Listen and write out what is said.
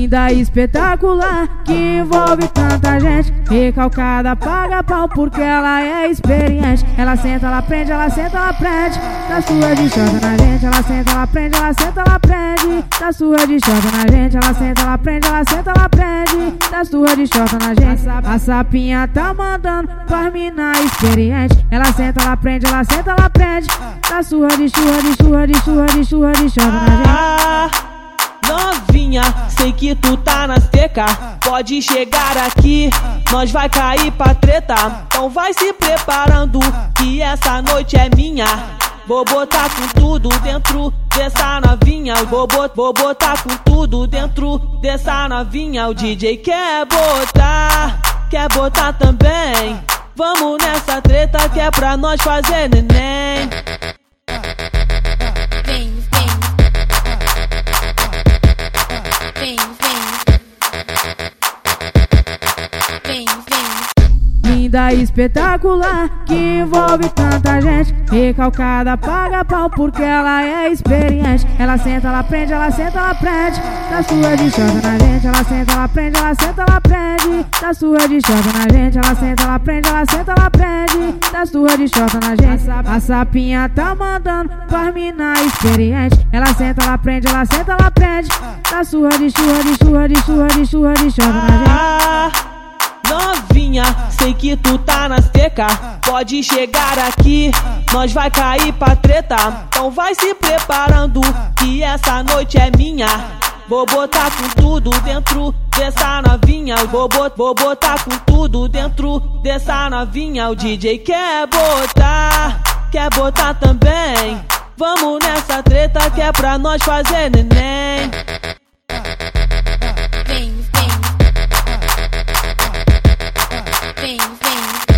Linda, espetacular, que envolve tanta gente. Recalcada, paga pau porque ela é experiente. Ela senta, ela prende, ela senta, ela prende. Dá surra de chota na gente. Ela senta, ela prende, ela senta, ela prende. Dá surra de chota na gente. Ela senta, ela prende, ela senta, ela prende. Dá surra de chota na gente. A sapinha tá mandando pras mina experiente. Ela senta, ela prende, ela senta, ela prende. Dá surra de churra, de churra, de churra, de churra, de chota na gente. Novinha, sei que tu tá na seca. Pode chegar aqui, nós vai cair pra treta. Então vai se preparando, que essa noite é minha. Vou botar com tudo dentro dessa navinha. Vou botar com tudo dentro dessa navinha. O DJ quer botar também. Vamos nessa treta que é pra nós fazer neném. Linda, espetacular, que envolve tanta gente. Recalcada, paga pau porque ela é experiente. Ela senta, ela prende, ela senta, ela prende. Dá surra de chota na gente. Ela senta, ela prende, ela senta, ela prende. Dá surra de chota na gente. Ela senta, ela prende, ela senta, ela prende. Dá surra de chota na gente. A sapinha tá mandando pras mina experiente. Ela senta, ela prende, ela senta, ela prende. Dá surra de churra, de churra, de churra, de churra, de chota na gente. Novinha, sei que tu tá na seca. Pode chegar aqui, nós vai cair pra treta. Então vai se preparando, que essa noite é minha. Vou botar com tudo dentro dessa navinha. Vou botar com tudo dentro dessa navinha. O DJ quer botar também. Vamos nessa treta que é pra nós fazer neném. Vem.